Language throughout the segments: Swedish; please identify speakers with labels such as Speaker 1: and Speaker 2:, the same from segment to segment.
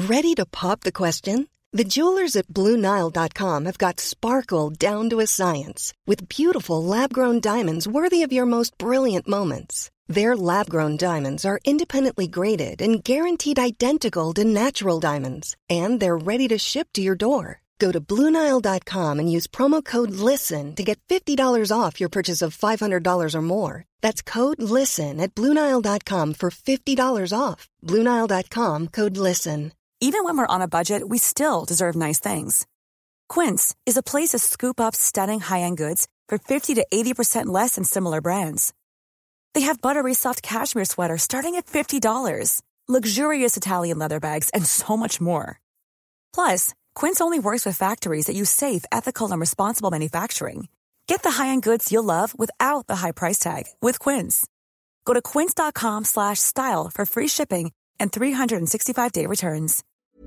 Speaker 1: Ready to pop the question? The jewelers at BlueNile.com have got sparkle down to a science with beautiful lab-grown diamonds worthy of your most brilliant moments. Their lab-grown diamonds are independently graded and guaranteed identical to natural diamonds, and they're ready to ship to your door. Go to BlueNile.com and use promo code LISTEN to get $50 off your purchase of $500 or more. That's code LISTEN at BlueNile.com for $50 off. BlueNile.com, code LISTEN.
Speaker 2: Even when we're on a budget, we still deserve nice things. Quince is a place to scoop up stunning high-end goods for 50 to 80% less than similar brands. They have buttery soft cashmere sweaters starting at $50, luxurious Italian leather bags, and so much more. Plus, Quince only works with factories that use safe, ethical, and responsible manufacturing. Get the high-end goods you'll love without the high price tag with Quince. Go to quince.com/style for free shipping and 365-day returns.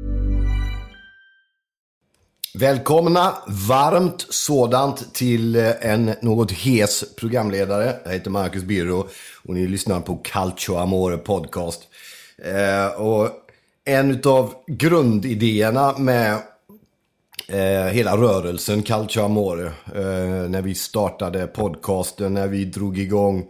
Speaker 3: Välkomna varmt sådant till en något hes programledare. Jag heter Marcus Birro och ni lyssnar på Calcio Amore podcast. Och en av grundidéerna med hela rörelsen Calcio Amore, när vi startade podcasten, när vi drog igång.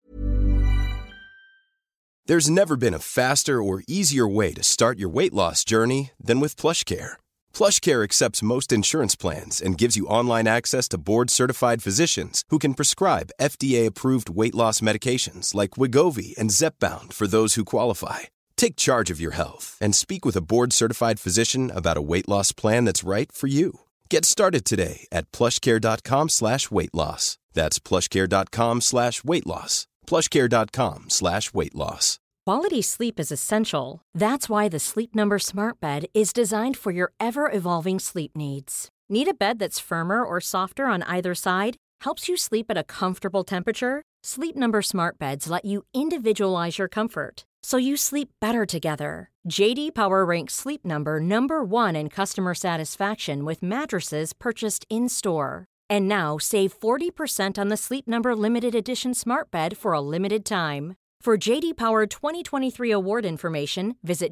Speaker 4: There's never been a faster or easier way to start your weight loss journey than with PlushCare. PlushCare accepts most insurance plans and gives you online access to board-certified physicians who can prescribe FDA-approved weight loss medications like Wegovy and Zepbound for those who qualify. Take charge of your health and speak with a board-certified physician about a weight loss plan that's right for you. Get started today at plushcare.com/weightloss. That's plushcare.com/weightloss. plushcare.com/weightloss.
Speaker 5: Quality sleep is essential. That's why the Sleep Number Smart Bed is designed for your ever-evolving sleep needs. Need a bed that's firmer or softer on either side? Helps you sleep at a comfortable temperature? Sleep Number Smart Beds let you individualize your comfort, so you sleep better together. JD Power ranks Sleep Number #1 in customer satisfaction with mattresses purchased in-store. And now, save 40% on the Sleep Number Limited Edition Smart Bed for a limited time. For JD Power 2023 award information, visit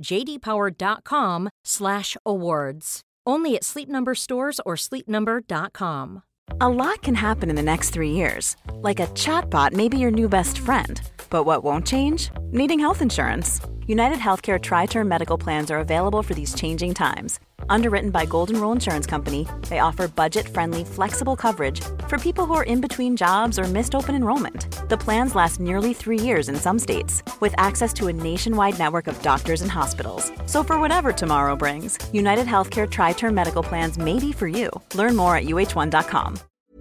Speaker 5: jdpower.com/awards. Only at Sleep Number stores or sleepnumber.com.
Speaker 2: A lot can happen in the next 3 years. Like a chatbot may be your new best friend. But what won't change? Needing health insurance. United Healthcare Tri-Term Medical Plans are available for these changing times. Underwritten by Golden Rule Insurance Company, they offer budget-friendly, flexible coverage for people who are in between jobs or missed open enrollment. The plans last nearly 3 years in some states, with access to a nationwide network of doctors and hospitals. So for whatever tomorrow brings, United Healthcare Tri-Term Medical Plans may be for you. Learn more at uh1.com.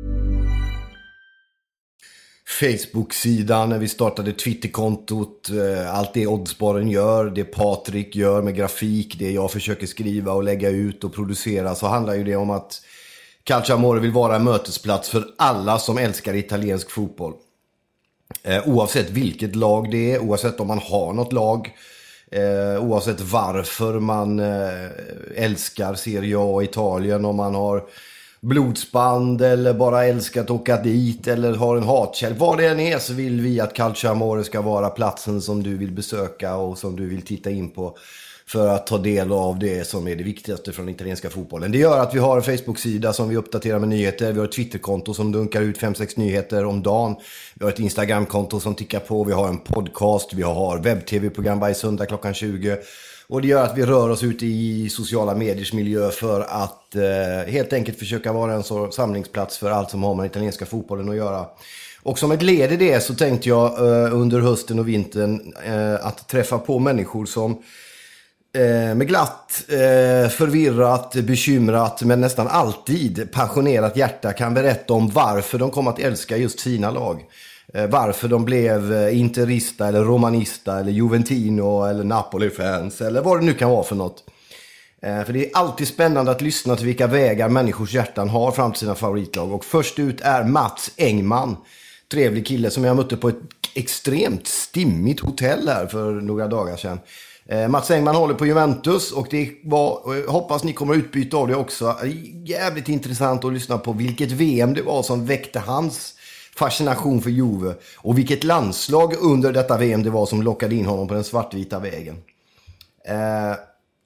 Speaker 3: Facebook-sidan, när vi startade Twitter-kontot, allt det Oddsbaren gör, det Patrik gör med grafik, det jag försöker skriva och lägga ut och producera, så handlar ju det om att Calcio Amore vill vara en mötesplats för alla som älskar italiensk fotboll. Oavsett vilket lag det är, oavsett om man har något lag, oavsett varför man älskar Serie A och Italien, om man har blodsband eller bara älskat att åka dit eller har en hatkärlek. Vad det än är, så vill vi att Calcio Amore ska vara platsen som du vill besöka och som du vill titta in på för att ta del av det som är det viktigaste från den italienska fotbollen. Det gör att vi har en Facebook-sida som vi uppdaterar med nyheter. Vi har ett Twitter-konto som dunkar ut 5-6 nyheter om dagen. Vi har ett Instagram-konto som tickar på. Vi har en podcast. Vi har webb-tv-program varje söndag klockan 20. Och det gör att vi rör oss ut i sociala mediers miljö för att helt enkelt försöka vara en så samlingsplats för allt som har med den italienska fotbollen att göra. Och som ett led i det så tänkte jag under hösten och vintern att träffa på människor som med glatt, förvirrat, bekymrat men nästan alltid passionerat hjärta kan berätta om varför de kom att älska just sina lag. Varför de blev interista eller romanista eller Juventino eller Napoli-fans eller vad det nu kan vara för något. För det är alltid spännande att lyssna till vilka vägar människors hjärtan har fram till sina favoritlag. Och först ut är Mats Engman, trevlig kille som jag mötte på ett extremt stimmigt hotell här för några dagar sedan. Mats Engman håller på Juventus och det var, jag hoppas ni kommer utbyta av det också. Jävligt intressant att lyssna på vilket VM det var som väckte hans fascination för Juve och vilket landslag under detta VM det var som lockade in honom på den svartvita vägen.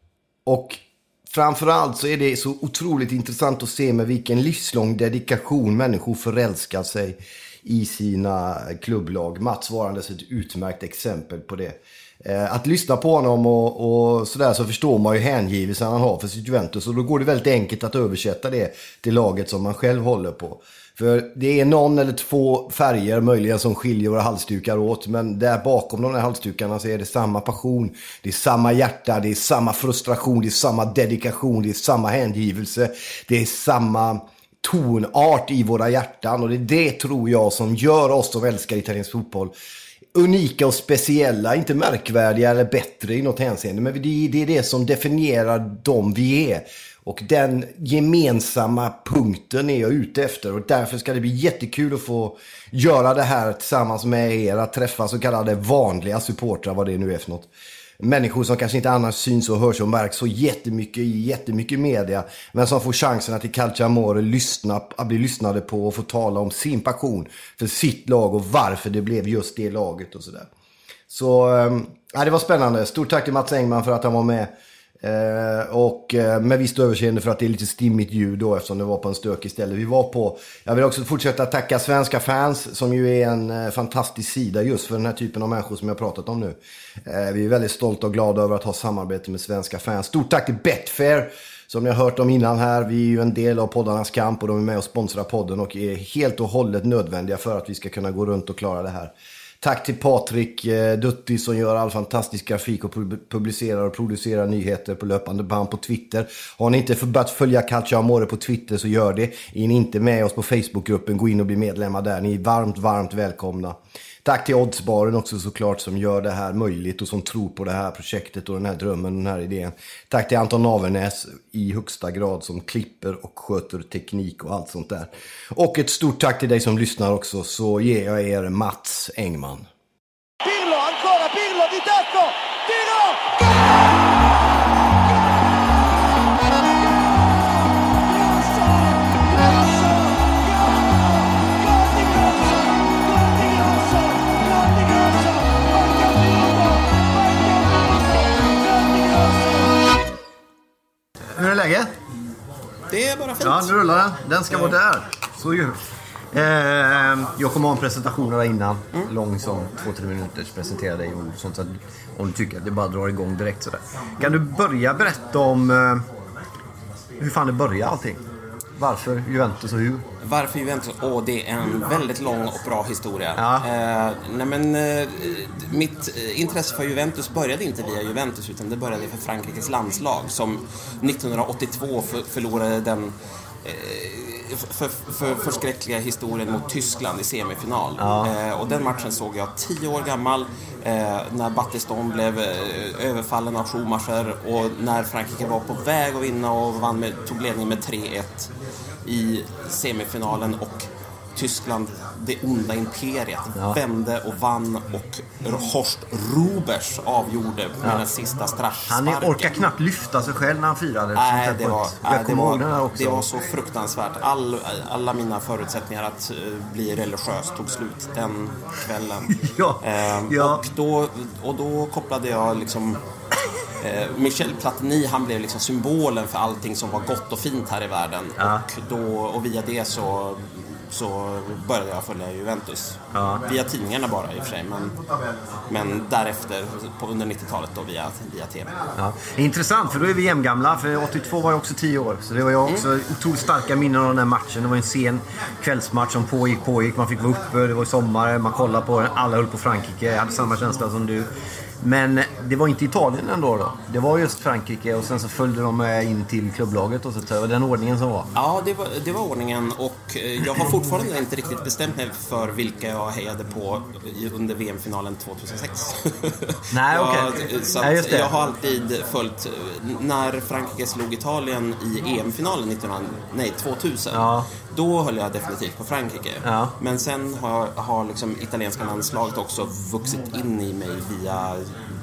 Speaker 3: Och framförallt så är det så otroligt intressant att se med vilken livslång dedikation människor förälskar sig i sina klubblag. Mats varandes ett utmärkt exempel på det. Att lyssna på honom och sådär, så förstår man ju hängivelsen han har för sitt Juventus. Och då går det väldigt enkelt att översätta det till laget som man själv håller på. För det är någon eller två färger möjligen som skiljer våra halsdukar åt. Men där bakom de här halsdukarna så är det samma passion. Det är samma hjärta, det är samma frustration, det är samma dedikation, det är samma hängivelse. Det är samma tonart i våra hjärtan. Och det är det, tror jag, som gör oss som älskar italiensk fotboll unika och speciella, inte märkvärdiga eller bättre i något hänseende. Men det är det som definierar dem vi är. Och den gemensamma punkten är jag ute efter. Och därför ska det bli jättekul att få göra det här tillsammans med er. Att träffa så kallade vanliga supportrar, vad det nu är för något. Människor som kanske inte annars syns och hörs och märks så jättemycket media. Men som får chansen att i Calcio Amore bli lyssnade på och få tala om sin passion för sitt lag och varför det blev just det laget och sådär. Så det var spännande. Stort tack till Mats Engman för att han var med. Och med visst överseende för att det är lite stimmigt ljud då, eftersom det var på en stökig ställe vi var på. Jag vill också fortsätta tacka Svenska Fans, som ju är en fantastisk sida just för den här typen av människor som jag har pratat om nu. Vi är väldigt stolta och glada över att ha samarbete med Svenska Fans. Stort tack till Betfair, som ni har hört om innan här. Vi är ju en del av poddarnas kamp och de är med och sponsrar podden och är helt och hållet nödvändiga för att vi ska kunna gå runt och klara det här. Tack till Patrik Dutti som gör all fantastisk grafik och publicerar och producerar nyheter på löpande band på Twitter. Har ni inte börjat följa Calcio Amore på Twitter så gör det. Är ni inte med oss på Facebookgruppen, gå in och bli medlemmar där. Ni är varmt välkomna. Tack till Oddsbaren också såklart, som gör det här möjligt och som tror på det här projektet och den här drömmen, den här idén. Tack till Anton Avernäs i högsta grad som klipper och sköter teknik och allt sånt där. Och ett stort tack till dig som lyssnar också, så ger jag er Mats Engman.
Speaker 6: Pirlo, ancora Pirlo di tacco, tiro!
Speaker 3: Hur är läget?
Speaker 7: Det är bara fint.
Speaker 3: Ja, nu rullar den. Den ska vara där. Så ju. Jag kommer ha en presentation där innan. Lång som 2-3 minuters, presentera dig och sånt, så att om du tycker att det bara drar igång direkt sådär. Kan du börja berätta om hur fan det började allting? Varför Juventus och hur?
Speaker 7: Varför Juventus? Det är en väldigt lång och bra historia.
Speaker 3: Ja.
Speaker 7: Mitt intresse för Juventus började inte via Juventus, utan det började för Frankrikes landslag som 1982 förlorade den för förskräckliga historien mot Tyskland i semifinal. Ja. Och den matchen såg jag 10 år gammal, när Battiston blev överfallen av Schumacher och när Frankrike var på väg att vinna och tog ledningen med 3-1 i semifinalen, och Tyskland, det onda imperiet, vände och vann, och Horst Rubers avgjorde med den sista straffsparken.
Speaker 3: Han orkar knappt lyfta sig själv när han firade.
Speaker 7: Nej, det var så fruktansvärt. Alla mina förutsättningar att bli religiös tog slut den kvällen. Och då kopplade jag liksom Michel Platini, han blev liksom symbolen för allting som var gott och fint här i världen. Och via det så började jag följa Juventus. Via tidningarna bara i och för sig, men därefter under 90-talet då via tv.
Speaker 3: Intressant, för då är vi jämngamla, för 82 var jag också 10 år, så det var jag också otroligt starka minnen av den här matchen. Det var en sen kvällsmatch som pågick, man fick vara uppe, det var sommar, man kollade på den, alla höll på Frankrike, jag hade samma känsla som du. Men det var inte Italien ändå då. Det var just Frankrike, och sen så följde de in till klubblaget och så det var den ordningen som var. Ja,
Speaker 7: det var ordningen, och jag har fortfarande inte riktigt bestämt mig för vilka jag hejade på under VM-finalen 2006.
Speaker 3: Nej, okej.
Speaker 7: Så jag har alltid följt när Frankrike slog Italien i EM-finalen 2000. Ja. Då höll jag definitivt på Frankrike. Ja. Men sen har liksom italienska landslaget också vuxit in i mig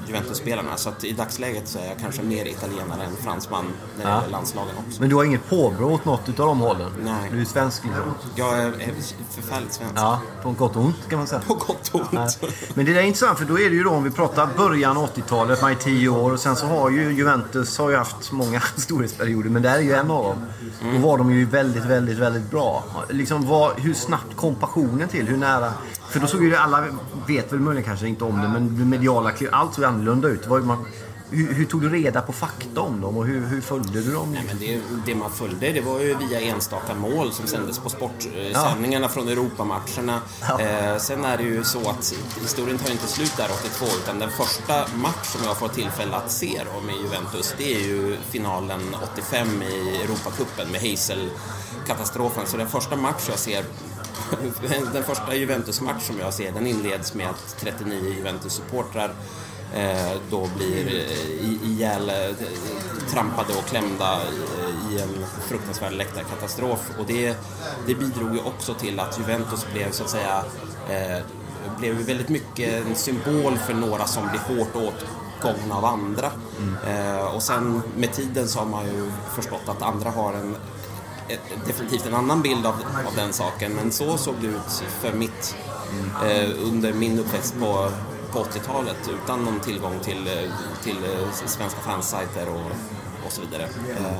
Speaker 7: Juventus-spelarna. Så att i dagsläget så är jag kanske mer italienare än fransman när det gäller landslagen också.
Speaker 3: Men du har inget påbrå åt något utav de hållen?
Speaker 7: Nej.
Speaker 3: Du är svensk liksom?
Speaker 7: Jag är förfärligt svensk.
Speaker 3: Ja, på gott och ont kan man säga.
Speaker 7: På gott och ont.
Speaker 3: Nej. Men det är intressant, för då är det ju då, om vi pratar början 80-talet, man är 10 år, och sen så har ju Juventus har ju haft många storhetsperioder, men det är ju en av dem. Då var de ju väldigt, väldigt, väldigt bra. Liksom hur snabbt kom passionen till? Hur nära? För då såg ju alla, vet väl möjligen kanske inte om det, men det mediala, allt såg annorlunda ut. Hur tog du reda på fakta om dem och hur följde du dem?
Speaker 7: Nej, men det man följde, det var ju via enstaka mål som sändes på sportsändningarna från Europamatcherna. Sen är det ju så att historien tar inte slut där 82, utan den första match som jag får tillfälle att se då med Juventus, det är ju finalen 85 i Europacupen med Heysel-katastrofen. Så den första match jag ser, den första Juventus-match som jag ser, den inleds med att 39 Juventus-supportrar då blir ihjäl trampade och klämda i en fruktansvärd läktarkatastrof, och det bidrog ju också till att Juventus blev så att säga blev väldigt mycket en symbol för några som blir hårt åtgångna av andra. Och sen med tiden så har man ju förstått att andra har definitivt en annan bild av den saken, men så såg det ut för mitt under min uppväxt på 80-talet, utan någon tillgång till svenska fansajter och så vidare.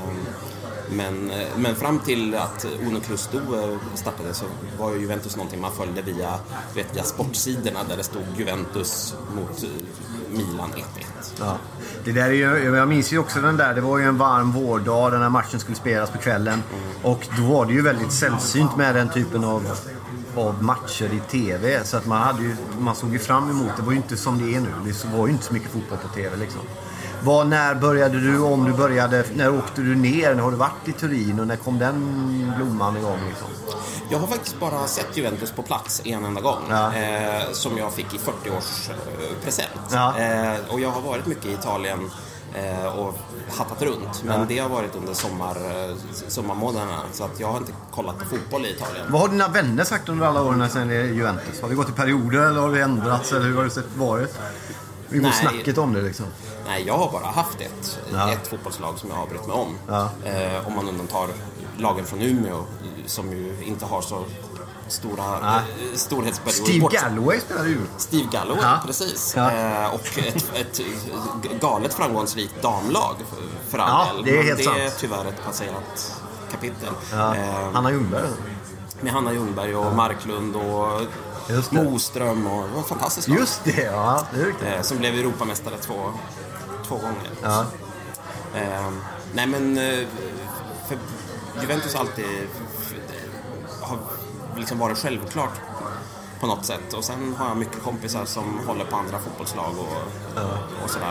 Speaker 7: Men fram till att Uno Clusto startade så var ju Juventus någonting man följde via sportsidorna, där det stod Juventus mot Milan 1-1.
Speaker 3: Ja. Det där är ju, jag minns ju också den där, det var ju en varm vårdag, den här matchen skulle spelas på kvällen, och då var det ju väldigt sällsynt med den typen av matcher i tv, så att man såg ju fram emot. Det var ju inte som det är nu, det var ju inte så mycket fotboll på tv liksom. När började du, om du började, när åkte du ner, när har du varit i Turin och när kom den blomman igång liksom?
Speaker 7: Jag har faktiskt bara sett Juventus på plats en enda gång, som jag fick i 40-års present. Och jag har varit mycket i Italien och hattat runt, men det har varit under sommarmånaderna, så att jag har inte kollat på fotboll i Italien.
Speaker 3: Vad har dina vänner sagt under alla åren sedan Juventus? Har vi gått i perioder eller har det ändrats, eller hur har det varit? Vi går snacket om det liksom.
Speaker 7: Nej, jag har bara haft ett fotbollslag som jag har brytt mig om. Om man undantar lagen från Umeå, som ju inte har så stora storhetsperioder.
Speaker 3: Steve Galloway spelar ju.
Speaker 7: Steve Galloway, precis. Och ett galet framgångsrikt damlag för all del.
Speaker 3: Det är helt sant.
Speaker 7: Det är tyvärr ett passerat kapitel.
Speaker 3: Hanna Ljungberg.
Speaker 7: Med Hanna Ljungberg och Marklund och Moström, och det var fantastiskt.
Speaker 3: Just det, ja. Det är riktigt.
Speaker 7: Som blev Europamästare två gånger. Nej, men för Juventus alltid har liksom varit självklart på något sätt. Och sen har jag mycket kompisar som håller på andra fotbollslag och sådär.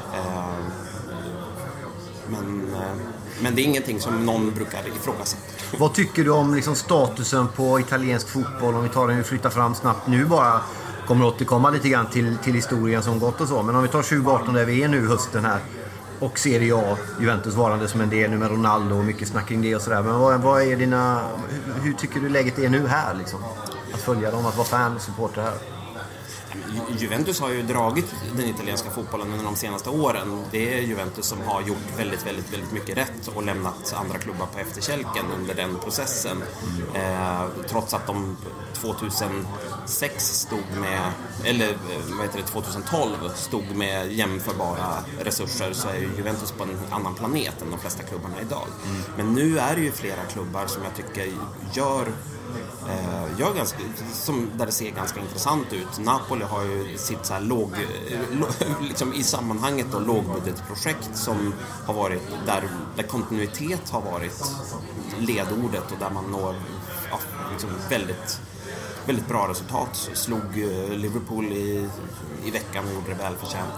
Speaker 7: Men det är ingenting som någon brukar ifrågasätta.
Speaker 3: Vad tycker du om liksom statusen på italiensk fotboll, om vi tar den och flyttar fram snabbt nu, bara kommer återkomma lite grann till historien som gått och så. Men om vi tar 2018 där vi är nu hösten här, och Serie A, Juventus varande som en del nu med Ronaldo och mycket snack kring det och sådär. Men vad är hur tycker du läget är nu här liksom? Att följa dem, att vara fan och supporter här?
Speaker 7: Juventus har ju dragit den italienska fotbollen under de senaste åren. Det är Juventus som har gjort väldigt, väldigt, väldigt mycket rätt och lämnat andra klubbar på efterkälken under den processen. Trots att de 2006 stod med, eller 2012 stod med jämförbara resurser, så är ju Juventus på en annan planet än de flesta klubbarna idag. Men nu är det ju flera klubbar som jag tycker gör ganska, där det ser ganska intressant ut. Napoli har ju sitt så här liksom i sammanhanget då, lågbudgetprojekt som har varit där kontinuitet har varit ledordet, och där man når liksom väldigt, väldigt bra resultat. Slog Liverpool i veckan och gjorde det välförtjänt.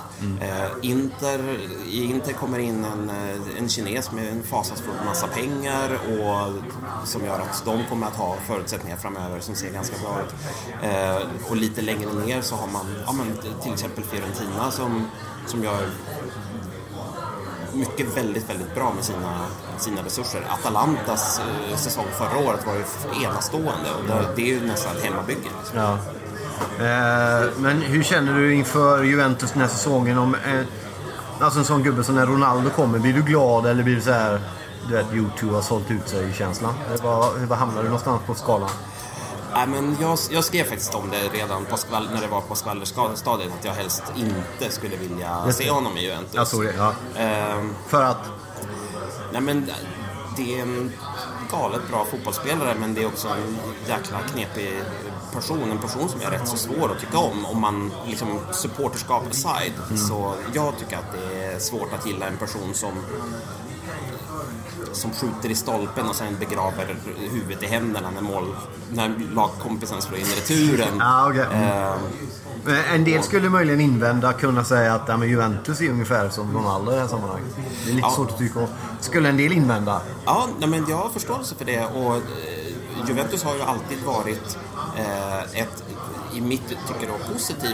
Speaker 7: Inter kommer in en kines med en fasansfull massa pengar, och som gör att de kommer att ha förutsättningar framöver som ser ganska bra ut. Och lite längre ner så har man till exempel Fiorentina som gör mycket väldigt, väldigt bra med sina resurser. Atalantas säsong förra året var ju enastående, och det är ju nästan hemmabygge.
Speaker 3: Men hur känner du inför Juventus den här säsongen? Om alltså en sån gubbe som när Ronaldo kommer, blir du glad eller blir det så här, du vet, YouTube har sålt ut sig i känslan? Var hamnar du någonstans på skalan?
Speaker 7: Nej, men jag skrev faktiskt om det redan när det var på skvallerstadiet, att jag helst inte skulle vilja se honom i Juventus.
Speaker 3: Jag såg det, ja. För att?
Speaker 7: Nej, men det är en galet bra fotbollsspelare, men det är också en jäkla knepig person. En person som är rätt så svår att tycka om man liksom supporterskap aside. Så jag tycker att det är svårt att gilla en person som skjuter i stolpen och sen begraver huvudet i händerna när lagkompisen slår in i returen.
Speaker 3: En del skulle möjligen kunna säga att Juventus är ungefär som Ronaldo i det här sammanhanget. Det är lite svårt att tycka om. Skulle en del invända?
Speaker 7: Ja, men jag har förståelse för det. Och Juventus har ju alltid varit ett, i mitt tycker då,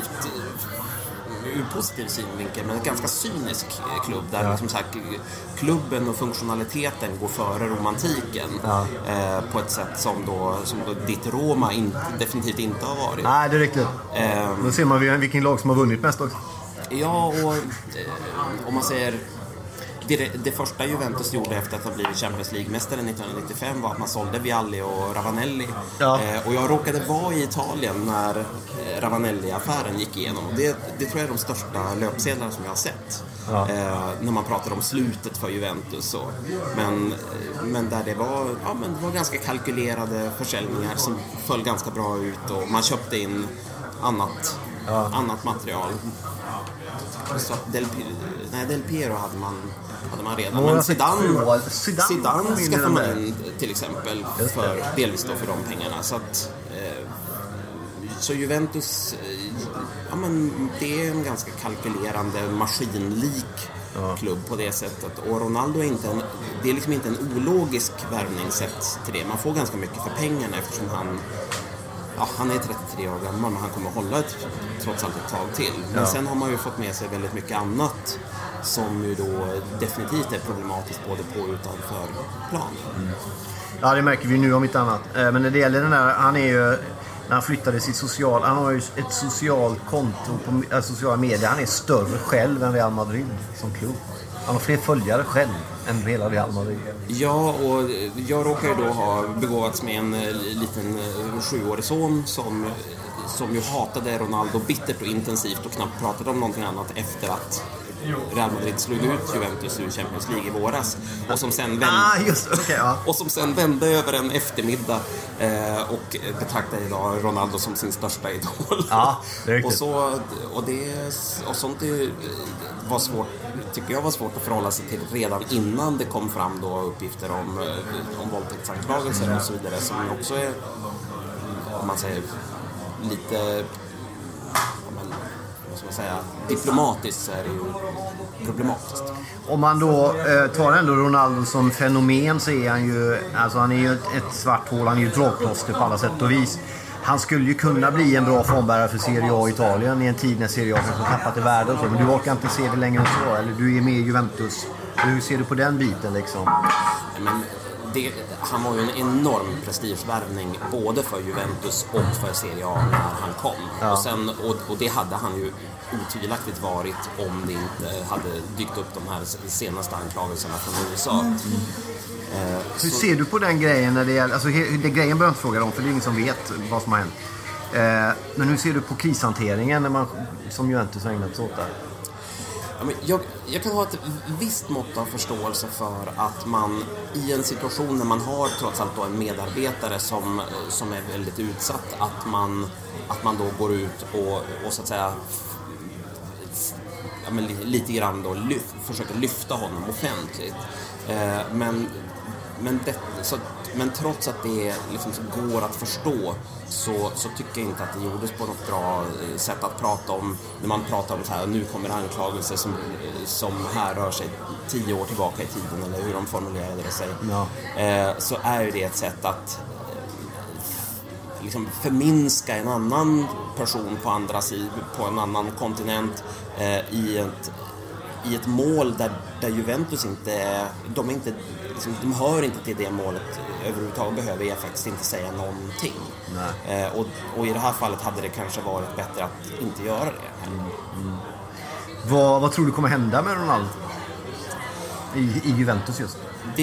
Speaker 7: ur positiv synvinkel, men en ganska cynisk klubb där liksom så här, klubben och funktionaliteten går före romantiken på ett sätt som då ditt Roma definitivt inte har varit.
Speaker 3: Nej, det är riktigt. Då ser man vilken lag som har vunnit mest också.
Speaker 7: Ja, och om man säger det första Juventus gjorde efter att ha blivit Champions League-mästare 1995 var att man sålde Vialli och Ravanelli. Och jag råkade vara i Italien när Ravanelli-affären gick igenom. Det tror jag är de största löpsedlarna som jag har sett. När man pratar om slutet för Juventus. Men där det var ganska kalkylerade försäljningar som föll ganska bra ut, och man köpte in annat material. Så Del Piero hade man redan. Men Zidane skaffade man in till exempel delvis då för de pengarna. Så Juventus, det är en ganska kalkylerande, maskinlik klubb på det sättet. Och Ronaldo är det är liksom inte en ologisk värvningssätt till det. Man får ganska mycket för pengarna eftersom han är 33 år gammal, men han kommer att hålla trots allt ett tag till. Men sen har man ju fått med sig väldigt mycket annat som ju då definitivt är problematiskt både på och utanför plan.
Speaker 3: Ja, det märker vi nu om inte annat. Men när det gäller den här, han är ju, när han flyttade sitt han har ju ett socialt konto på sociala medier. Han är större själv än Real Madrid som klubb. Han har fler följare själv än hela Real Madrid.
Speaker 7: Ja, och jag råkar ju då ha begåvats med en liten 7-årig son som ju hatade Ronaldo bittert och intensivt och knappt pratade om någonting annat efter att Real Madrid slog ut Juventus ur Champions League i våras, och som sen vände över en eftermiddag och betraktar idag Ronaldo som sin största idol.
Speaker 3: Ja, det är riktigt.
Speaker 7: Och sånt var svårt, tycker jag var svårt att förhålla sig till redan innan det kom fram då uppgifter om våldtäktsanklagelser och så vidare, som också är, om man säger, lite, vad ska man säga, diplomatiskt så är det ju problematiskt.
Speaker 3: Om man då tar ändå Ronaldo som fenomen, så är han ju, alltså han är ju ett svart hål, han är ju dragplåster på alla sätt och vis. Han skulle ju kunna bli en bra formbärare för Serie A i Italien i en tid när Serie A kanske tappat i världen, men du orkar inte se det längre än så, eller du är med i Juventus. Hur ser du på den biten liksom?
Speaker 7: Men han var ju en enorm prestigevärvning både för Juventus och för Serie A när han kom. Ja. Och det hade han ju otvivelaktigt varit om det inte hade dykt upp de här senaste anklagelserna från USA.
Speaker 3: Hur ser du på den grejen när det gäller, alltså det grejen behöver jag inte fråga om, för det är ingen som vet vad som har hänt. Men hur ser du på krishanteringen när man som Juventus har ägnat sig åt där?
Speaker 7: Ja, men jag kan ha ett visst mått av förståelse för att man i en situation när man har trots allt då en medarbetare som är väldigt utsatt, att man då går ut och så att säga lite grann då försöker lyfta honom offentligt. Men trots att det liksom går att förstå så tycker jag inte att det gjordes på något bra sätt att prata om, när man pratar om så här, nu kommer anklagelser som här rör sig 10 år tillbaka i tiden, eller hur de formulerade det sig. Ja. Så är ju det ett sätt att liksom förminska en annan person på andra sidan, på en annan kontinent, i i ett mål där Juventus inte, de hör inte till det målet överhuvudtaget, behöver jag faktiskt inte säga någonting. Och i det här fallet hade det kanske varit bättre att inte göra det.
Speaker 8: Vad tror du kommer hända med Ronaldo i Juventus just?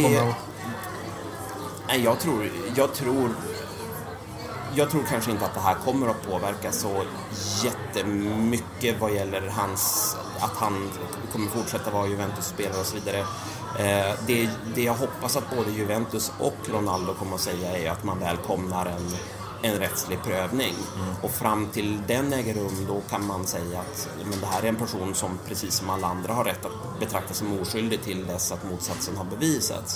Speaker 7: Jag tror kanske inte att det här kommer att påverka så jättemycket vad gäller att han kommer fortsätta vara Juventus-spelare och så vidare. Det jag hoppas att både Juventus och Ronaldo kommer att säga är att man välkomnar en rättslig prövning. Och fram till den äger rum, då kan man säga att men det här är en person som precis som alla andra har rätt att betrakta som oskyldig till dess att motsatsen har bevisats.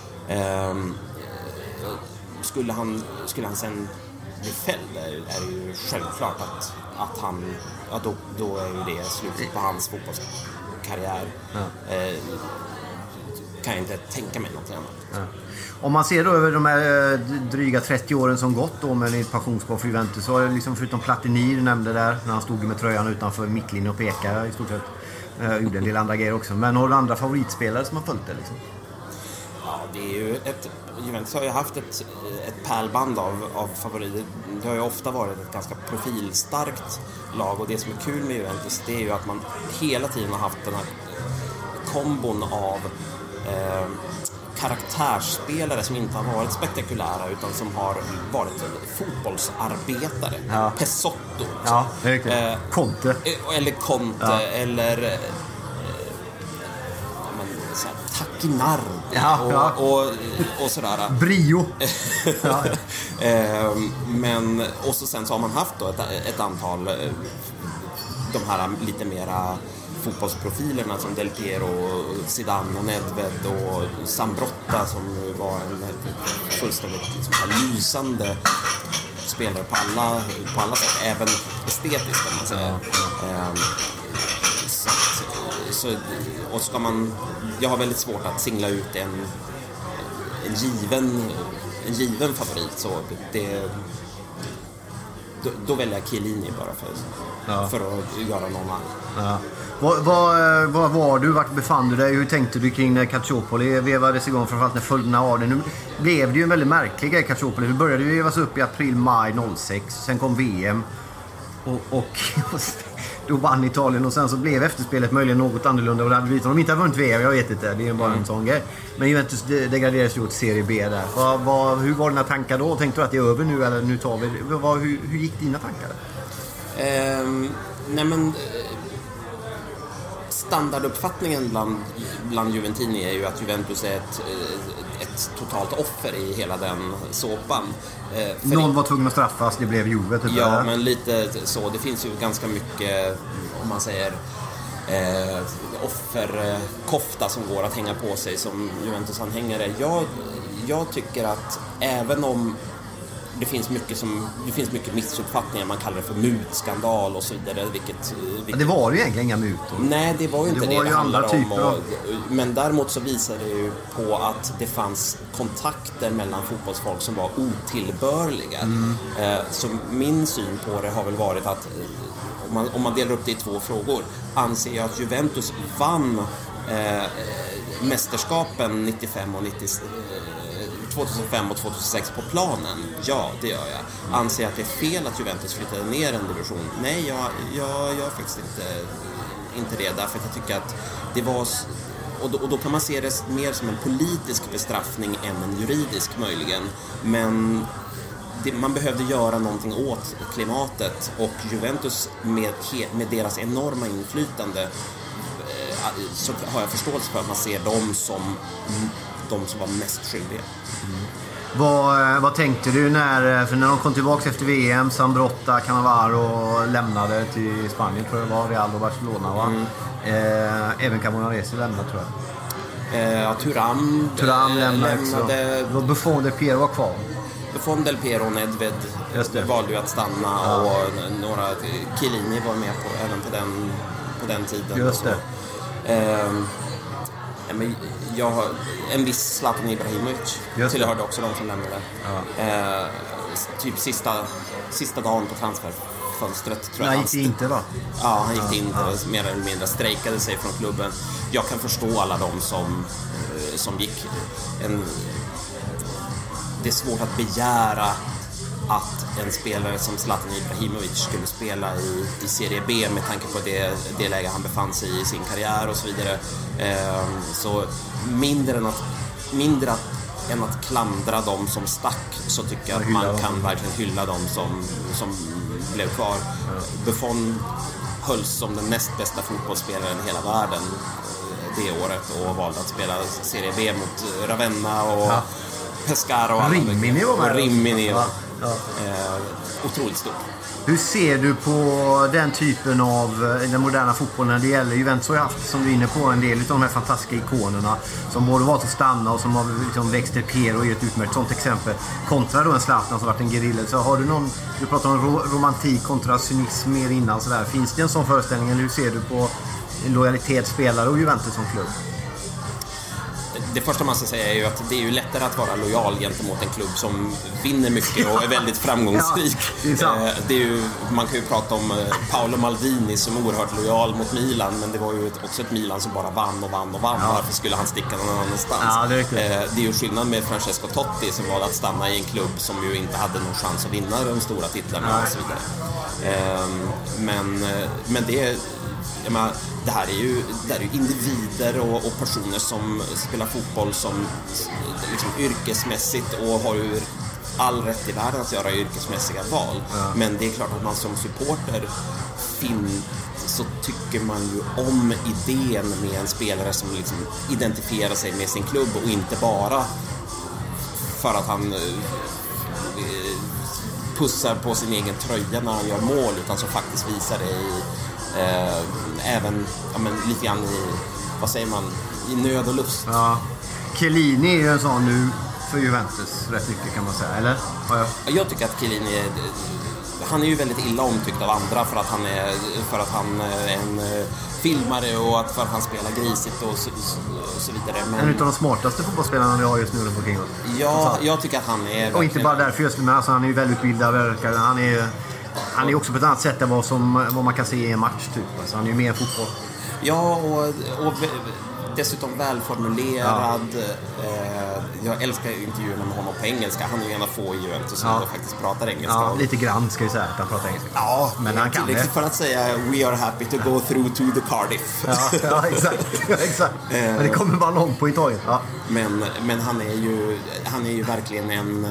Speaker 7: Skulle han sen bli fälld är det ju självklart att han då är ju det slutet på hans fotbollskarriär. Kan jag inte tänka mig något annat.
Speaker 8: Om man ser då över de här dryga 30 åren som gått då med en pensionsspår för Juventus, så är det liksom förutom Platini du nämnde där när han stod med tröjan utanför mittlinjen och pekade i stort sett, gjorde en del andra grejer också, men har du andra favoritspelare som har följt det liksom?
Speaker 7: Ja, det är ju Juventus har ju haft ett pärlband av favoriter. Det har ju ofta varit ett ganska profilstarkt lag, och det som är kul med Juventus, det är ju att man hela tiden har haft den här kombon av karaktärsspelare som inte har varit spektakulära utan som har varit fotbollsarbetare. Pesotto.
Speaker 8: Ja, det är riktigt. Conte.
Speaker 7: Eller Conte, eller Takinardi och sådär.
Speaker 8: Brio.
Speaker 7: Men och så sen så har man haft då ett antal de här lite mera fotbollsprofilerna som Del Piero, Zidane och Nedved och Zambrotta som var en fullständigt liksom, lysande spelare på alla sätt, även estetiskt kan man säga. Och ska jag har väldigt svårt att singla ut en given favorit, så då väljer jag Chiellini bara för att göra någon annan.
Speaker 8: Vad var du? Vart befann du dig? Hur tänkte du kring när Calciopoli vevades igång, framförallt när följderna av det? Nu blev det ju en väldigt märklig grej, Calciopoli. Det började ju vevas upp i april-maj 06. Sen kom VM och då vann Italien, och sen så blev efterspelet möjligen något annorlunda, och det hade blivit om de inte hade vunnit VM, jag vet inte, det är bara en sån grej. Men Juventus degraderades ju till Serie B där. Hur var dina tankar då? Tänkte du att det är över nu, eller nu tar vi det? Hur gick dina tankar?
Speaker 7: Nej men standarduppfattningen bland Juventini är ju att Juventus är ett totalt offer i hela den såpan.
Speaker 8: Någon var tvungen att straffas, det blev Juve typ.
Speaker 7: Ja, men lite så. Det finns ju ganska mycket, om man säger, offerkofta som går att hänga på sig som Juventus-anhängare. Jag tycker att även om det finns mycket missuppfattningar, man kallar det för mutskandal och så vidare, vilket
Speaker 8: det var ju egentligen inga mutor.
Speaker 7: Nej, det var ju inte det handlar om. Men däremot så visar det ju på att det fanns kontakter mellan fotbollsfolk som var otillbörliga. Så min syn på det har väl varit att om man delar upp det i två frågor, anser jag att Juventus vann mästerskapen 95 och 2005 och 2006 på planen? Ja, det gör jag. Anser jag att det är fel att Juventus flyttade ner en division? Nej, jag gör faktiskt inte det, därför att jag tycker att det var... Och då kan man se det mer som en politisk bestraffning än en juridisk möjligen. Men man behövde göra någonting åt klimatet, och Juventus med deras enorma inflytande, så har jag förståelse för att man ser dem som var mest skyldiga.
Speaker 8: Vad tänkte du när de kom tillbaka efter VM, Zambrotta, Cannavaro lämnade till Spanien, tror jag det var, Real och Barcelona, va? Även Camonaresi lämnade, tror jag.
Speaker 7: Turam
Speaker 8: lämnade. Buffon, Del Piero var kvar.
Speaker 7: Buffon, Del Piero och Nedved valde ju att stanna, och några Chiellini var med även på den tiden.
Speaker 8: Just det.
Speaker 7: Men jag har en viss Zlatan Ibrahimovic tillhörde också de som lämnade. Typ sista dagen på transferfönstret fönstret, tror jag.
Speaker 8: Han gick inte va?
Speaker 7: Ja, han gick inte, mer eller mindre strejkade sig från klubben. Jag kan förstå alla de som gick. Det är svårt att begära att en spelare som Zlatan Ibrahimovic skulle spela i Serie B med tanke på det läge han befann sig i sin karriär och så vidare. Så mindre än att klandra dem som stack, så tycker jag att man kan verkligen hylla dem som blev kvar. Buffon hölls som den näst bästa fotbollsspelaren i hela världen det året och valde att spela Serie B mot Ravenna och Pescara och Rimini. Otroligt stort.
Speaker 8: Hur ser du på den typen av den moderna fotbollen när det gäller Juventus? Har ju haft, som du är inne på, en del av de här fantastiska ikonerna som både varit att stanna och som har liksom växt till Piero i ett utmärkt sånt exempel, kontra då en Zlatan som varit en gerilla. Så har du någon, du pratar om romantik kontra cynism mer innan sådär. Finns det en sån föreställning, eller hur ser du på lojalitetsspelare och Juventus som klubb?
Speaker 7: Det första man ska säga är ju att det är ju lättare att vara lojal gentemot en klubb som vinner mycket och är väldigt framgångsrik. Det är ju, man kan ju prata om Paolo Maldini som är oerhört lojal mot Milan, men det var ju också ett Milan som bara vann. Varför skulle han sticka någon annanstans? Det är ju skillnad med Francesco Totti som valde att stanna i en klubb som ju inte hade någon chans att vinna de stora titlarna och så vidare. Men det är, jag menar, det här är ju individer och personer som spelar fotboll som liksom yrkesmässigt och har ju all rätt i världen att göra yrkesmässiga val. Men det är klart att man som supporter så tycker man ju om idén med en spelare som liksom identifierar sig med sin klubb och inte bara för att han pussar på sin egen tröja när han gör mål, utan som faktiskt visar det i även lite grann i, vad säger man, i nöd och lust. Ja.
Speaker 8: Chiellini är ju en sån nu för Juventus rätt mycket, kan man säga, eller?
Speaker 7: Jag tycker att Chiellini han är ju väldigt illa omtyckt av andra för att han är en filmare och för att han spelar grisigt och så vidare. Men
Speaker 8: en av de smartaste fotbollsspelarna vi har just nu på King.
Speaker 7: Ja, jag tycker att han är.
Speaker 8: Och inte bara därför just nu, men alltså, han är ju välutbildad. Han är också på ett annat sätt än vad man kan se i en match typ. Alltså, han är ju mer fotboll.
Speaker 7: Ja, och dessutom välformulerad. Jag älskar intervjuerna med honom på engelska. Han är ju en av få i Juventus som faktiskt pratar engelska. Ja,
Speaker 8: lite grann ska vi säga att han pratar engelska. Ja, men han kan det.
Speaker 7: För att säga we are happy to go through to the Cardiff.
Speaker 8: Ja, exakt. Men det kommer bara långt på Italien. Ja.
Speaker 7: Men han är ju verkligen en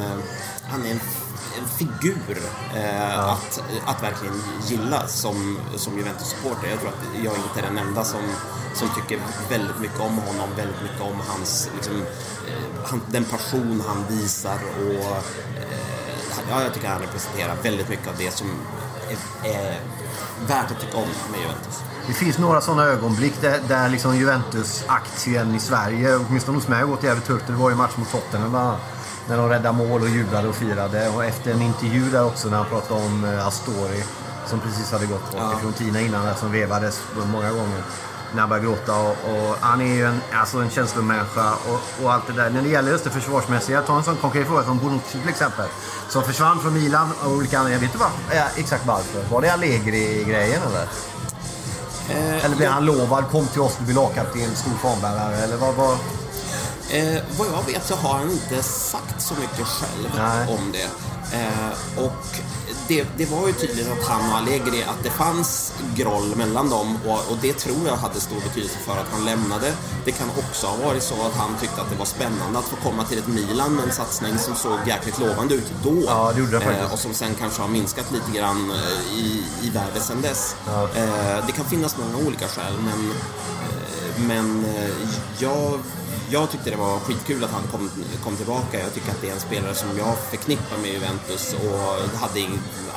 Speaker 7: figur att verkligen gilla som Juventus-supporter. Jag tror att jag inte är den enda som tycker väldigt mycket om honom, väldigt mycket om hans liksom, den passion han visar och jag tycker han representerar väldigt mycket av det som är värt att tycka om med Juventus.
Speaker 8: Det finns några sådana ögonblick där liksom Juventus-aktien i Sverige, åtminstone hos mig, har gått jävligt högt. Det var ju match mot Tottenham när de räddade mål och jublade och firade. Och efter en intervju där också när han pratade om Astori som precis hade gått bort från Fiorentina innan där, som vevades många gånger när han började gråta. Och han är ju en känslomänniska och allt det där. När det gäller just det försvarsmässiga, ta en sån konkret fråga som Bonucci till exempel, som försvann från Milan och olika andra. Jag vet inte exakt varför. Var det Allegri-grejen eller? Eller blev han lovad, kom till oss, du blir lagkapten, stor fanbärare, eller vad?
Speaker 7: Vad jag vet så har han inte sagt så mycket själv om det. Och det var ju tydligt att han och Allegri, att det fanns groll mellan dem och det tror jag hade stor betydelse för att han lämnade. Det kan också ha varit så att han tyckte att det var spännande att få komma till ett Milan med en satsning som såg jäkligt lovande ut då.
Speaker 8: Ja, det gjorde det faktiskt.
Speaker 7: Och som sen kanske har minskat lite grann i värde sen dess. Ja. Det kan finnas många olika skäl, men jag tyckte det var skitkul att han kom tillbaka. Jag tycker att det är en spelare som jag förknippar med Juventus och hade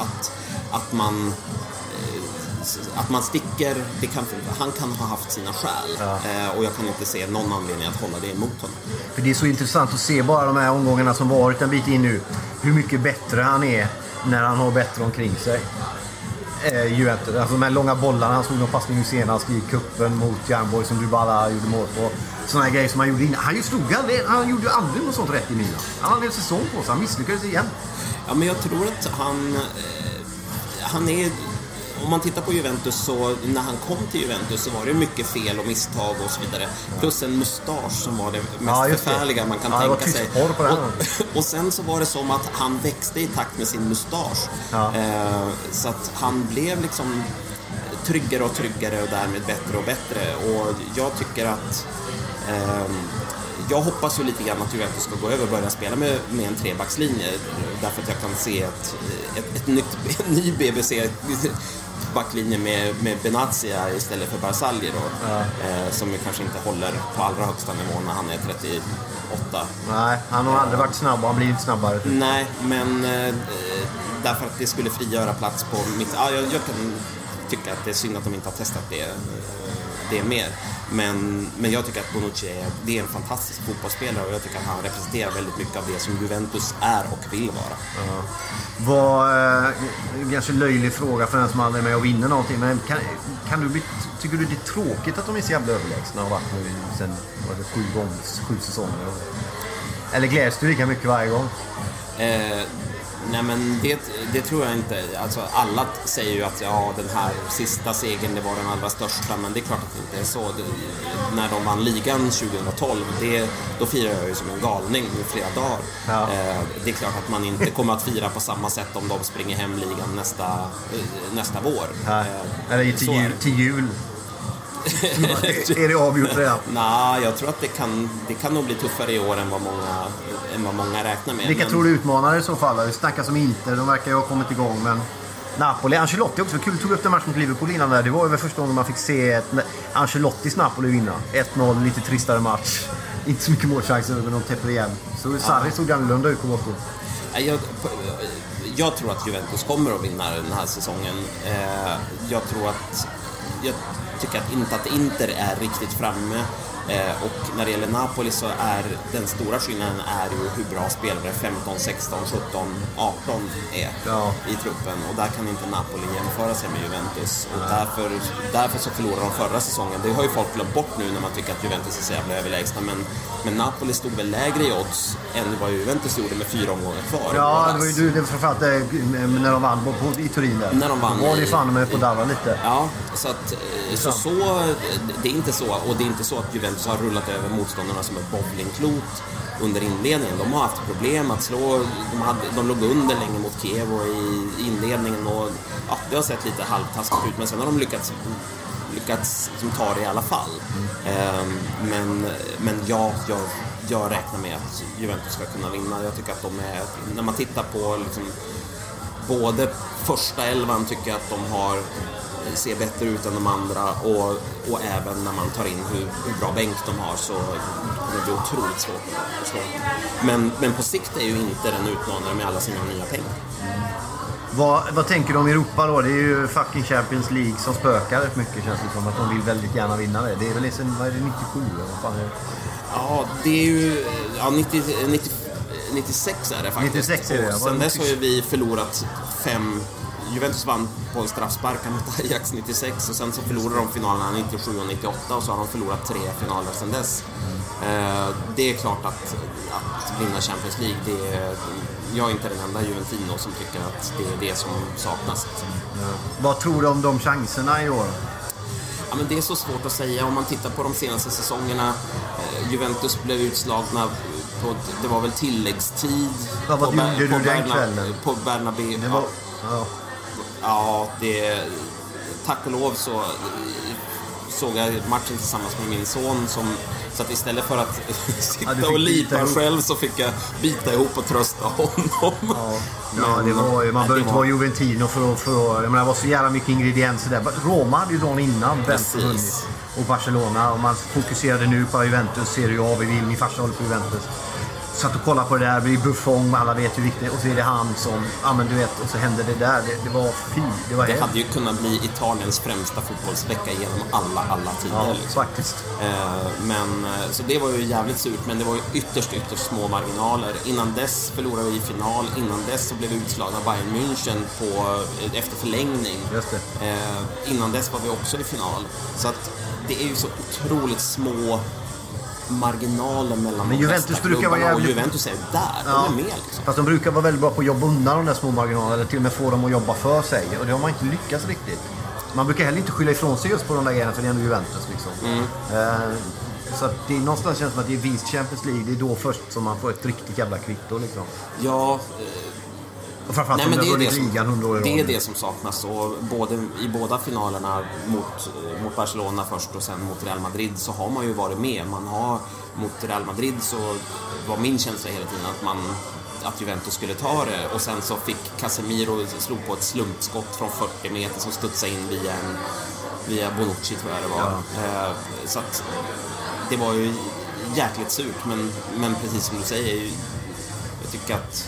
Speaker 7: att man sticker, han kan ha haft sina skäl och jag kan inte se någon anledning att hålla det emot honom.
Speaker 8: För det är så intressant att se bara de här omgångarna som varit en bit in nu, hur mycket bättre han är när han har bättre omkring sig. Juventus, alltså de här långa bollarna, han slog någon passning senast i kuppen mot Järnborg som Dybala gjorde mål på. Såna här grejer som han gjorde innan. Han gjorde ju aldrig något sånt rätt i Milan. Han hade en säsong på sig, han misslyckades igen.
Speaker 7: Ja, men jag tror att han är... Om man tittar på Juventus så när han kom till Juventus så var det mycket fel och misstag och så vidare. Plus en mustasch som var det mest förfärliga man kan tänka sig. Och sen så var det som att han växte i takt med sin mustasch. Så att han blev liksom tryggare och tryggare och därmed bättre och bättre. Och jag tycker att... jag hoppas ju lite grann att Juventus ska gå över och börja spela med en trebackslinje. Därför att jag kan se en ny BBC backlinje med Benazia istället för Barzagli då, som ju kanske inte håller på allra högsta nivå när han är 38.
Speaker 8: Nej, han har aldrig varit snabb och han blir inte snabbare.
Speaker 7: Nej, men därför att det skulle frigöra plats på mitt... jag kan tycka att det är synd att de inte har testat det mer. Men jag tycker att Bonucci är en fantastisk fotbollsspelare och jag tycker att han representerar väldigt mycket av det som Juventus är och vill vara.
Speaker 8: Ganska löjlig fråga för den som aldrig är med och vinner någonting, men tycker du det är tråkigt att de är så jävla överlägsna och varit nu sen 7 säsonger? Eller gläds du lika mycket varje gång?
Speaker 7: Nej, men det tror jag inte. Alltså, alla säger ju att den här sista segern det var den allra största, men det är klart att det inte är så. När de vann ligan 2012, då firar jag ju som en galning i flera dagar. Det är klart att man inte kommer att fira på samma sätt om de springer hem ligan nästa vår.
Speaker 8: Eller till jul. Är det avgjort redan?
Speaker 7: Nej, jag tror att det kan nog bli tuffare i år än vad många räknar med.
Speaker 8: Vilka tror du utmanar i så fall? Det snackas om Inter, de verkar ju ha kommit igång, men Napoli, Ancelotti också kul, tog upp den matchen mot Liverpool innan där. Det var ju väl första gången man fick se Ancelottis Napoli vinna. 1-0, lite tristare match. Inte så mycket målchanser, men de täpper igen. Så Sarri såg annorlunda ut på bortom.
Speaker 7: Jag tror att Juventus kommer att vinna den här säsongen. Jag tycker att Inter är riktigt framme. Och när det gäller Napoli så är den stora skillnaden ju hur bra spelare 15, 16, 17, 18 är i truppen. Och där kan inte Napoli jämföra sig med Juventus. Och därför så förlorade de förra säsongen. Det har ju folk glömt bort nu när man tycker att Juventus är så jävla överlägsna. Men Napoli stod väl lägre i odds än vad Juventus gjorde med 4 omgångar kvar.
Speaker 8: Ja, det var ju det framförallt när de vann i Turin där.
Speaker 7: När de vann.
Speaker 8: Var det fan med på darva lite.
Speaker 7: Ja, så det är inte så. Och det är inte så att Juventus har rullat över motståndarna som ett bowlingklot under inledningen. De har haft problem att slå. De låg under länge mot Kiev och i inledningen och det har sett lite halvtaskigt ut, men sen har de lyckats som tar det i alla fall. Men jag räknar med att Juventus ska kunna vinna. Jag tycker att de är, när man tittar på liksom, både första elvan tycker jag att de ser bättre ut än de andra och även när man tar in hur bra bänk de har så det blir otroligt svårt att slå. Men på sikt är ju inte den utmanare med alla sina nya pengar.
Speaker 8: Vad tänker du om Europa då? Det är ju fucking Champions League som spökar rätt mycket, känns det som att de vill väldigt gärna vinna det. Det är väl liksom, vad är det, 97 eller vad fan är det?
Speaker 7: Ja, det är ju 96 är det faktiskt. 96 är det, och sen dess har ju vi förlorat 5. Juventus vann på en straffspark mot Ajax 96 och sen så förlorade de finalerna 97 och 98 och så har de förlorat 3 finaler sen dess. Det är klart att vinna Champions League, jag är inte den enda Juventino som tycker att det är det som saknas.
Speaker 8: Vad tror du om de chanserna i år?
Speaker 7: Ja, men det är så svårt att säga. Om man tittar på de senaste säsongerna, Juventus blev utslagna det var väl tilläggstid på Bernabéu. Tack och lov så såg jag matchen tillsammans med min son så att istället för att sitta och lipa själv så fick jag bita ihop och trösta honom.
Speaker 8: Man behöver inte vara Juventino för jag menar, det var så jävla mycket ingredienser där. Roma hade ju dagen innan vunnit och Barcelona, och man fokuserade nu på Juventus, Serie A, min farsa håller på Juventus. Satt och kollade på det där, blir Buffon, alla vet hur viktigt, och så är det han som, du vet, och så hände det där, det var
Speaker 7: det hade ju kunnat bli Italiens främsta fotbollsvecka genom alla tider.
Speaker 8: Ja, liksom. Faktiskt.
Speaker 7: Men, så det var ju jävligt surt, men det var ju ytterst små marginaler. Innan dess förlorade vi i final, innan dess så blev vi utslagna Bayern München efter förlängning.
Speaker 8: Just det.
Speaker 7: Innan dess var vi också i final. Så att det är ju så otroligt små marginalen mellan
Speaker 8: men
Speaker 7: de
Speaker 8: Juventus
Speaker 7: bästa
Speaker 8: brukar vara
Speaker 7: klubbarna, och
Speaker 8: jävligt...
Speaker 7: Juventus är där, de är med liksom.
Speaker 8: Fast de brukar vara väldigt bra på att jobba undan de där små marginalerna, eller till och med få dem att jobba för sig, och det har man inte lyckats riktigt. Man brukar heller inte skylla ifrån sig just på de där grejerna, för det är ändå Juventus liksom. Så att det någonstans känns som att det är vist Champions League, det är då först som man får ett riktigt jävla kvitto liksom.
Speaker 7: Ja,
Speaker 8: och framförallt om det har vunnit ligan 100 år i rad.
Speaker 7: Det är det som saknas, och i båda finalerna mot Barcelona först och sen mot Real Madrid så har man ju varit med. Mot Real Madrid så var min känsla hela tiden att Juventus skulle ta det, och sen så fick Casemiro slå på ett slumpskott från 40 meter som studsade in via Bonucci, tror jag det var. Så att det var ju jäkligt surt, men precis som du säger, jag tycker att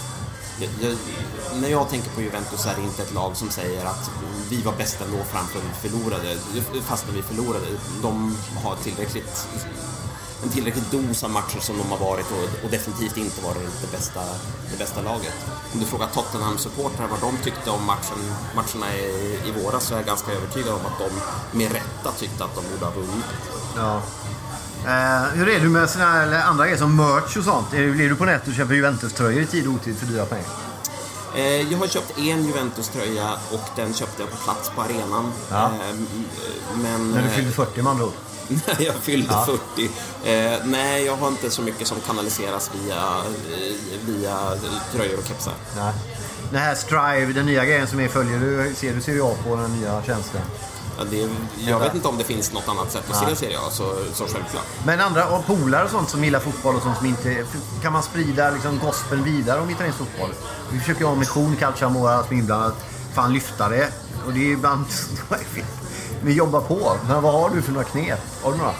Speaker 7: när jag tänker på Juventus så är det inte ett lag som säger att vi var bäst ändå framför vi förlorade, fastän vi förlorade. De har en tillräckligt dos av matcher som de har varit, och definitivt inte varit det bästa laget. Om du frågar Tottenham-supportrar vad de tyckte om matcherna i våras, så är jag ganska övertygad om att de med rätta tyckte att de borde ha vunnit.
Speaker 8: Ja. Hur är du med såna här, eller andra grejer som merch och sånt? Blir du på nätet och köper Juventus-tröjor i tid och otid för dyra pengar?
Speaker 7: Jag har köpt en Juventus-tröja, och den köpte jag på plats på arenan.
Speaker 8: Ja.
Speaker 7: Men
Speaker 8: när du fyllde 40 man då?
Speaker 7: När jag fyllde 40. Nej, jag har inte så mycket som kanaliseras via tröjor och kepsar.
Speaker 8: Nej. Den här Strive, den nya grejen som följer du ser av på den nya tjänsten.
Speaker 7: Ja, jag vet inte om det finns något annat sätt att se serier, så självklart.
Speaker 8: Men andra och polare och sånt som gillar fotboll och sånt som inte... Kan man sprida liksom gospeln vidare om vi tar in fotboll? Vi försöker ha en mission, Calciamora, som inblandad. Fan, lyfta det. Och det är ibland... Vi jobbar på. Men vad har du för några knep? Har du några?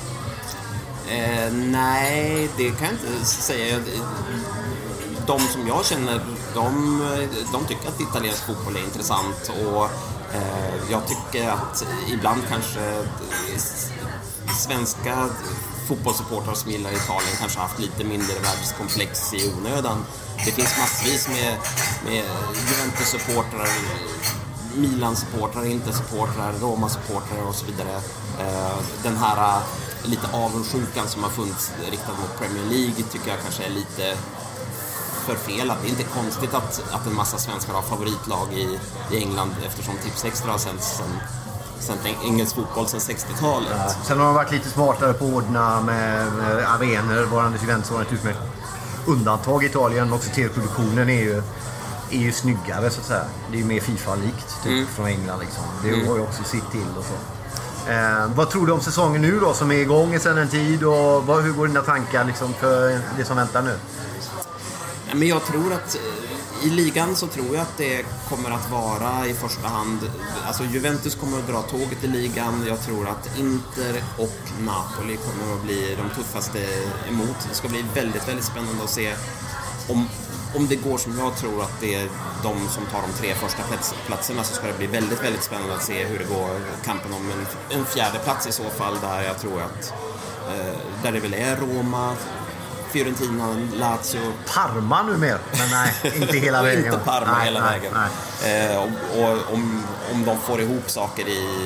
Speaker 7: Nej, det kan jag inte säga. De som jag känner, de tycker att italiensk fotboll är intressant, och jag tycker att ibland kanske svenska fotbollssupportrar som gillar Italien kanske har haft lite mindre världskomplex i onödan. Det finns massvis med Juventus-supportrar, Milan-supportrar, Inter-supportrar, Roma-supportrar och så vidare. Den här lite avundsjukan som har funnits riktad mot Premier League tycker jag kanske är lite förfelat. Det är inte konstigt att en massa svenskar har favoritlag i England, eftersom Tips Extra har sen engelsk fotboll sedan 60-talet.
Speaker 8: Ja. Sen har de varit lite smartare på att ordna med arenor. Varandra Juventus var ett utmärkt undantag i Italien. Också TV-produktionen är ju snyggare, så att säga. Det är ju mer FIFA-likt typ, från England liksom. Det har ju också sitt till och så. Vad tror du om säsongen nu då, som är igång sedan en tid, och hur går dina tankar liksom, för det som väntar nu?
Speaker 7: Men jag tror att i ligan så tror jag att det kommer att vara i första hand, alltså Juventus kommer att dra tåget i ligan. Jag tror att Inter och Napoli kommer att bli de tuffaste emot. Det ska bli väldigt, väldigt spännande att se om det går som jag tror att det är de som tar de 3 första platserna, så ska det bli väldigt, väldigt spännande att se hur det går kampen om en fjärde plats i så fall, där jag tror att där det väl är Roma, Fiorentina, Lazio.
Speaker 8: Parma nu mer, men nej, inte hela vägen.
Speaker 7: Inte Parma hela vägen. Och om de får ihop saker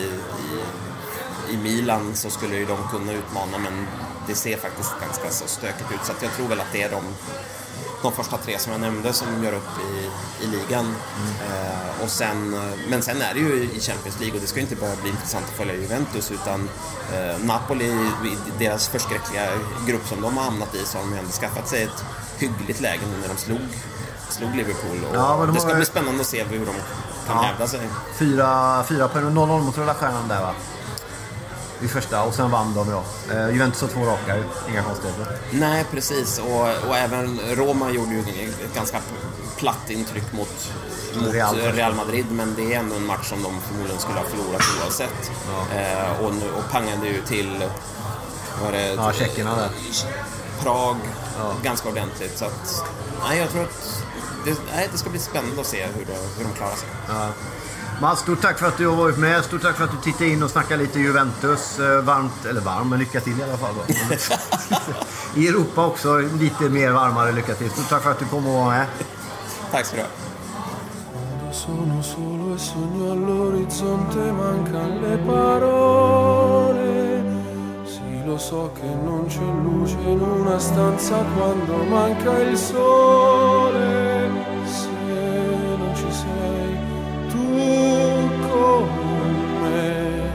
Speaker 7: i Milan, så skulle ju de kunna utmana, men det ser faktiskt ganska så stökigt ut, så att jag tror väl att det är de första 3 som jag nämnde som gör upp i ligan. Och men sen är det ju i Champions League, och det ska inte bara bli intressant att följa Juventus, utan Napoli, deras förskräckliga grupp som de har hamnat i, så har de ändå skaffat sig ett hyggligt läge nu när de slog Liverpool, och det ska bli spännande att se hur de kan hävda sig.
Speaker 8: 4 på 0-0 mot Röda Stjärnan där, va? I första, och sen vann de Juventus har 2 raka, inga konstigheter.
Speaker 7: Nej, precis, och även Roma gjorde ju ett ganska platt intryck mot Real Madrid, men det är ändå en match som de förmodligen skulle ha förlorat oavsett. Och pangade ju till
Speaker 8: tjeckerna där.
Speaker 7: Prag ganska ordentligt, så att nej, jag tror att det ska bli spännande att se hur de klarar sig.
Speaker 8: Mats, stort tack för att du har varit med. Stort tack för att du tittade in och snackade lite Juventus. Varm, men lycka till i alla fall då. I Europa också, lite mer varmare, lycka till. Stort tack för att du kom och var med.
Speaker 7: Tack ska du ha.
Speaker 9: Sono solo e sogno all'orizzonte, mancan le parole. Sì, lo so che non c'è luce in una stanza quando manca il sole. Se non ci sei tu con me,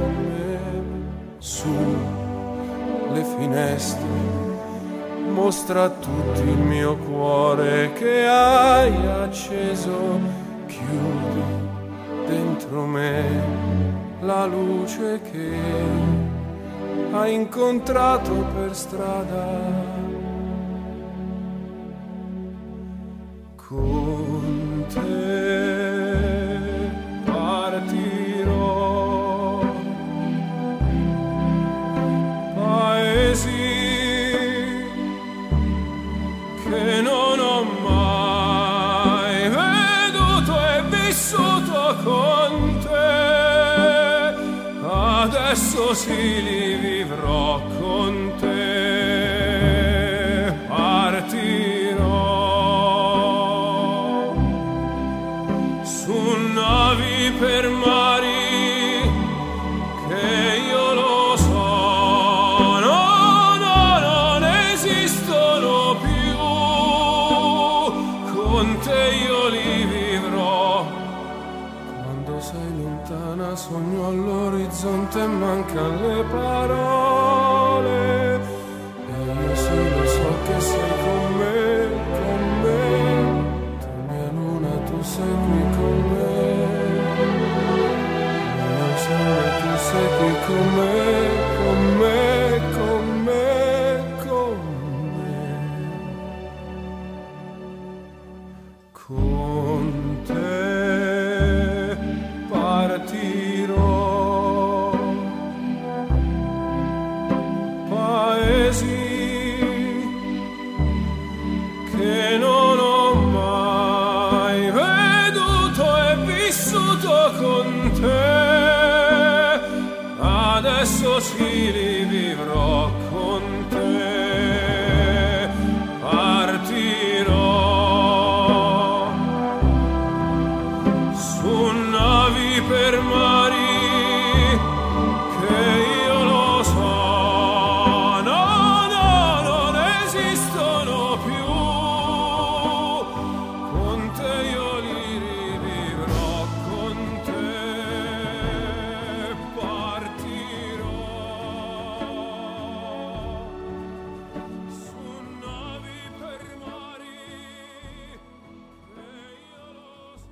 Speaker 9: su le finestre mostra a tutti il mio cuore che hai acceso, chiudi dentro me la luce che hai incontrato per strada. Con te partirò, paesi che non ho mai veduto e vissuto con te, adesso sì li vivrò con te, partirò su navi per mari che io lo so, no, non esistono più, con te io li vivrò. Quando sei lontana sogno all'orizzonte e mancano le parole, e io sì lo so che sei con me, tu mia luna, tu sei qui con me, lo so che tu sei qui con me, con me, con me, con me. Con te partirò, paesi che non ho mai veduto e vissuto con te, adesso sì li vivrò con te, partirò su navi per mari che io lo so, no, non esistono più, con te io li rivivrò, con te partirò su navi per mari che io lo so.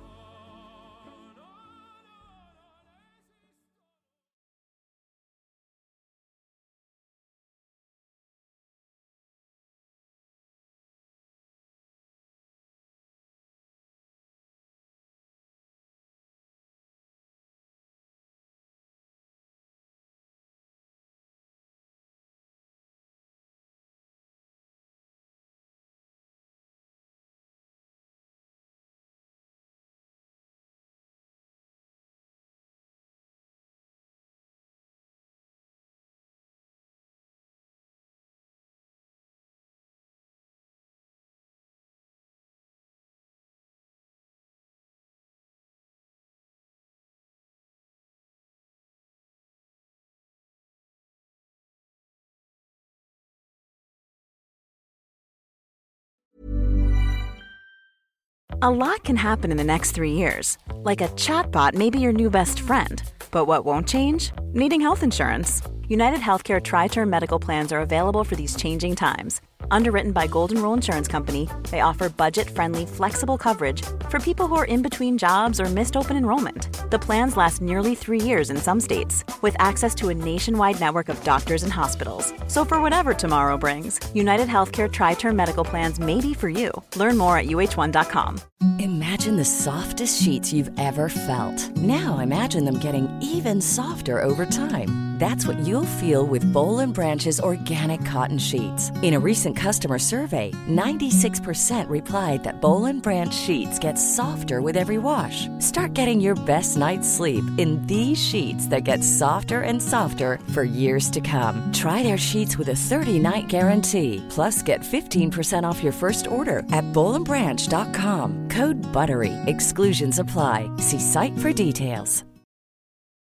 Speaker 2: A lot can happen in the next 3 years. Like a chatbot may be your new best friend. But what won't change? Needing health insurance. United Healthcare Tri-Term Medical Plans are available for these changing times. Underwritten by Golden Rule Insurance Company, they offer budget-friendly, flexible coverage for people who are in between jobs or missed open enrollment. The plans last nearly 3 years in some states, with access to a nationwide network of doctors and hospitals. So for whatever tomorrow brings, United Healthcare Tri-Term Medical Plans may be for you. Learn more at uh1.com.
Speaker 10: Imagine the softest sheets you've ever felt. Now imagine them getting even softer over time. That's what you'll feel with Boll & Branch's organic cotton sheets. In a recent customer survey, 96% replied that Boll & Branch sheets get softer with every wash. Start getting your best night's sleep in these sheets that get softer and softer for years to come. Try their sheets with a 30-night guarantee. Plus, get 15% off your first order at bollandbranch.com. Code BUTTERY. Exclusions apply. See site for details.